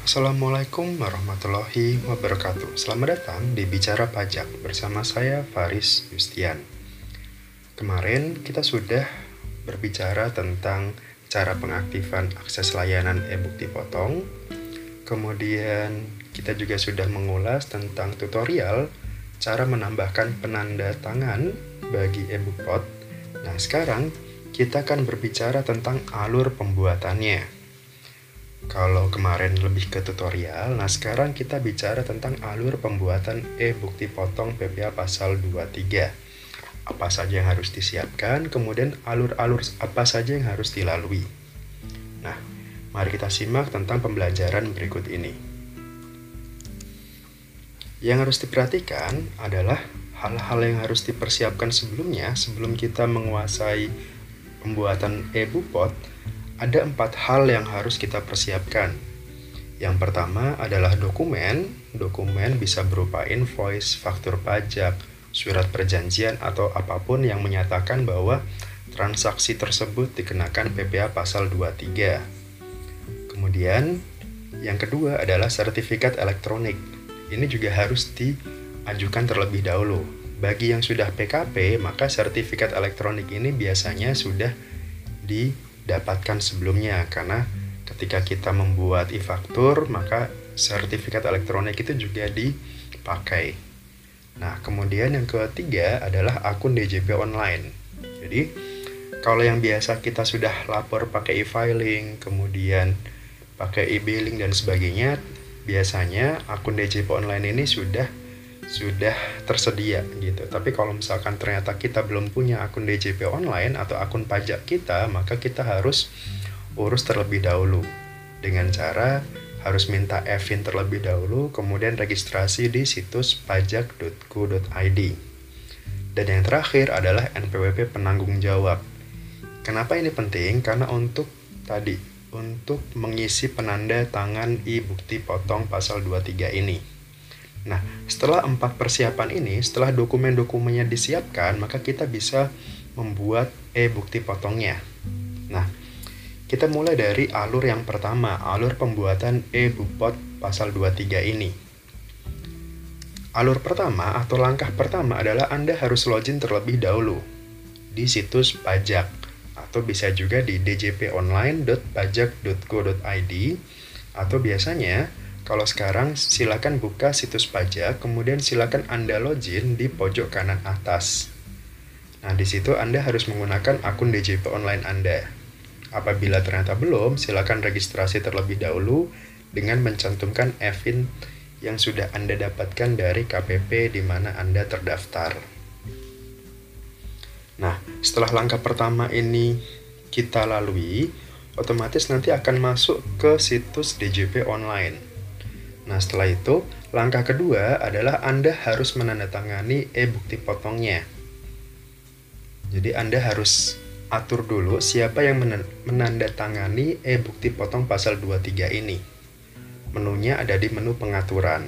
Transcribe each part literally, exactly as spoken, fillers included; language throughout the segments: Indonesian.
Assalamualaikum warahmatullahi wabarakatuh. Selamat datang di Bicara Pajak bersama saya Faris Yustian. Kemarin kita sudah berbicara tentang cara pengaktifan akses layanan e-bukti potong. Kemudian kita juga sudah mengulas tentang tutorial cara menambahkan penanda tangan bagi e-bukpot. Nah, sekarang kita akan berbicara tentang alur pembuatannya. Kalau kemarin lebih ke tutorial, nah sekarang kita bicara tentang alur pembuatan e-bukti potong P P A pasal dua puluh tiga. Apa saja yang harus disiapkan, kemudian alur-alur apa saja yang harus dilalui. Nah, mari kita simak tentang pembelajaran berikut ini. Yang harus diperhatikan adalah hal-hal yang harus dipersiapkan sebelumnya, sebelum kita menguasai pembuatan e-bukpot. Ada empat hal yang harus kita persiapkan. Yang pertama adalah dokumen. Dokumen bisa berupa invoice, faktur pajak, surat perjanjian, atau apapun yang menyatakan bahwa transaksi tersebut dikenakan P P A pasal dua puluh tiga. Kemudian, yang kedua adalah sertifikat elektronik. Ini juga harus diajukan terlebih dahulu. Bagi yang sudah P K P, maka sertifikat elektronik ini biasanya sudah di dapatkan sebelumnya, karena ketika kita membuat e-faktur maka sertifikat elektronik itu juga dipakai. Nah, kemudian yang ketiga adalah akun D J P online. Jadi kalau yang biasa kita sudah lapor pakai e-filing, kemudian pakai e-billing dan sebagainya, biasanya akun D J P online ini sudah sudah tersedia gitu. Tapi kalau misalkan ternyata kita belum punya akun D J P online atau akun pajak kita, maka kita harus urus terlebih dahulu dengan cara harus minta e fin terlebih dahulu, kemudian registrasi di situs pajak dot go dot i d. Dan yang terakhir adalah N P W P penanggung jawab. Kenapa ini penting? Karena untuk tadi untuk mengisi penanda tangan e-bukti potong pasal dua puluh tiga ini. Nah, setelah empat persiapan ini, setelah dokumen-dokumennya disiapkan, maka kita bisa membuat e-bukti potongnya. Nah, kita mulai dari alur yang pertama, alur pembuatan e-bukpot pasal dua puluh tiga ini. Alur pertama atau langkah pertama adalah Anda harus login terlebih dahulu di situs pajak, atau bisa juga di d j p online dot pajak dot go dot i d, atau biasanya kalau sekarang silakan buka situs pajak, kemudian silakan Anda login di pojok kanan atas. Nah, di situ Anda harus menggunakan akun D J P online Anda. Apabila ternyata belum, silakan registrasi terlebih dahulu dengan mencantumkan e fin yang sudah Anda dapatkan dari K P P di mana Anda terdaftar. Nah, setelah langkah pertama ini kita lalui, otomatis nanti akan masuk ke situs D J P online. Nah, setelah itu, langkah kedua adalah Anda harus menandatangani e-bukti potongnya. Jadi, Anda harus atur dulu siapa yang menandatangani e-bukti potong pasal dua puluh tiga ini. Menunya ada di menu pengaturan.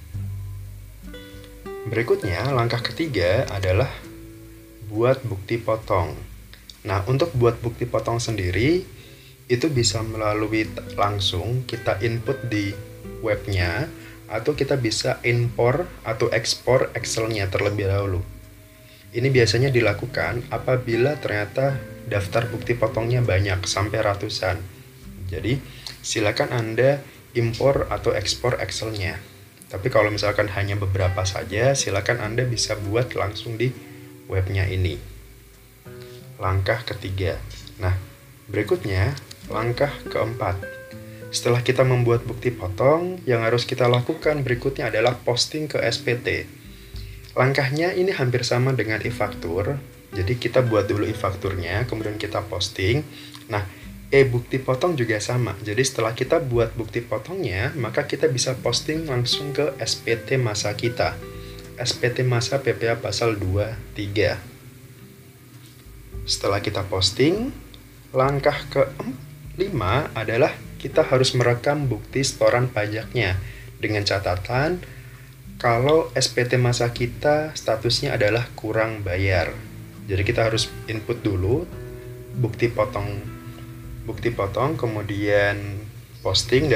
Berikutnya, langkah ketiga adalah buat bukti potong. Nah, untuk buat bukti potong sendiri, itu bisa melalui langsung kita input di webnya, atau kita bisa impor atau ekspor Excel-nya terlebih dahulu. Ini biasanya dilakukan apabila ternyata daftar bukti potongnya banyak, sampai ratusan. Jadi, silakan Anda impor atau ekspor Excel-nya. Tapi kalau misalkan hanya beberapa saja, silakan Anda bisa buat langsung di webnya ini. Langkah ketiga. Nah, berikutnya langkah keempat. Setelah kita membuat bukti potong, yang harus kita lakukan berikutnya adalah posting ke S P T. Langkahnya ini hampir sama dengan e-faktur. Jadi kita buat dulu e-fakturnya, kemudian kita posting. Nah, e-bukti potong juga sama. Jadi setelah kita buat bukti potongnya, maka kita bisa posting langsung ke S P T masa kita. S P T masa P P A pasal dua puluh tiga. Setelah kita posting, langkah kelima adalah kita harus merekam bukti setoran pajaknya dengan catatan kalau S P T masa kita statusnya adalah kurang bayar. Jadi kita harus input dulu bukti potong bukti potong kemudian posting, dan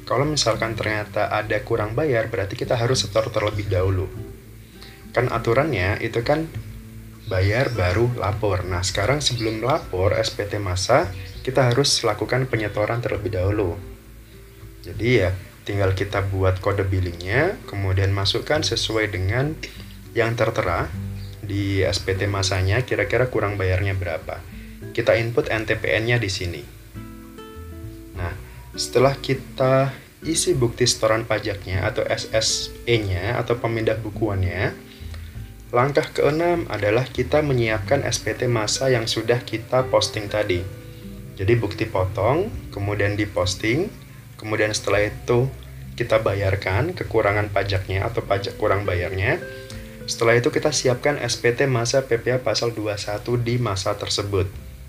Kalau misalkan ternyata ada kurang bayar, berarti kita harus setor terlebih dahulu. Kan aturannya itu kan bayar baru lapor. Nah, sekarang sebelum lapor S P T masa, kita harus lakukan penyetoran terlebih dahulu. Jadi ya, tinggal kita buat kode billingnya, kemudian masukkan sesuai dengan yang tertera di S P T masanya, kira-kira kurang bayarnya berapa. Kita input N T P N-nya di sini. Nah, setelah kita isi bukti setoran pajaknya atau S S E-nya atau pemindah bukuannya, langkah keenam adalah kita menyiapkan S P T masa yang sudah kita posting tadi. Jadi bukti potong, kemudian diposting, kemudian setelah itu kita bayarkan kekurangan pajaknya atau pajak kurang bayarnya. Setelah itu kita siapkan S P T masa P P A pasal dua puluh satu di masa tersebut.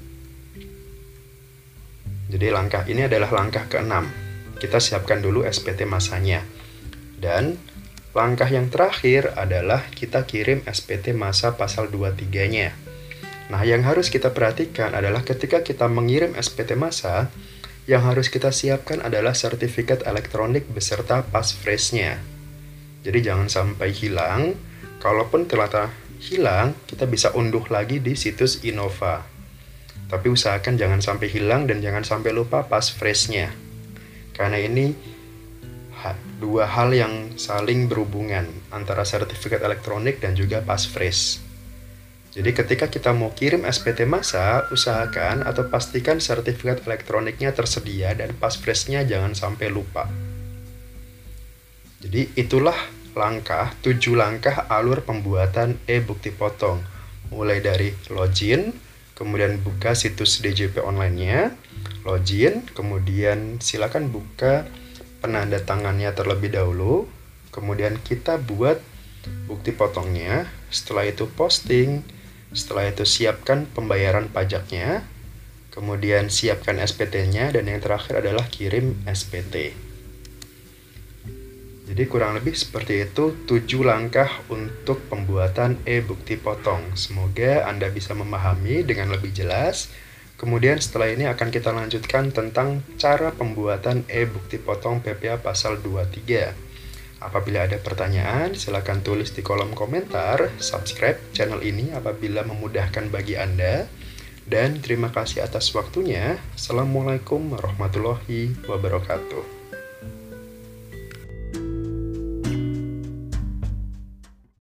Jadi langkah ini adalah langkah keenam. Kita siapkan dulu S P T masanya. Dan langkah yang terakhir adalah kita kirim S P T masa pasal dua puluh tiga-nya. Nah, yang harus kita perhatikan adalah ketika kita mengirim S P T masa, yang harus kita siapkan adalah sertifikat elektronik beserta passphrase-nya. Jadi jangan sampai hilang. Kalaupun telah hilang, kita bisa unduh lagi di situs Innova. Tapi usahakan jangan sampai hilang dan jangan sampai lupa passphrase-nya. Karena ini dua hal yang saling berhubungan antara sertifikat elektronik dan juga passphrase. Jadi ketika kita mau kirim S P T masa, usahakan atau pastikan sertifikat elektroniknya tersedia dan passphrase-nya jangan sampai lupa. Jadi itulah langkah, tujuh langkah alur pembuatan e-bukti potong. Mulai dari login, kemudian buka situs D J P online-nya, login, kemudian silakan buka penanda tangannya terlebih dahulu, kemudian kita buat bukti potongnya, setelah itu posting, setelah itu siapkan pembayaran pajaknya, kemudian siapkan S P T-nya, dan yang terakhir adalah kirim S P T. Jadi kurang lebih seperti itu tujuh langkah untuk pembuatan e-bukti potong. Semoga Anda bisa memahami dengan lebih jelas. Kemudian setelah ini akan kita lanjutkan tentang cara pembuatan e-bukti potong P P A pasal dua puluh tiga. Apabila ada pertanyaan, silakan tulis di kolom komentar. Subscribe channel ini apabila memudahkan bagi Anda. Dan terima kasih atas waktunya. Assalamualaikum warahmatullahi wabarakatuh.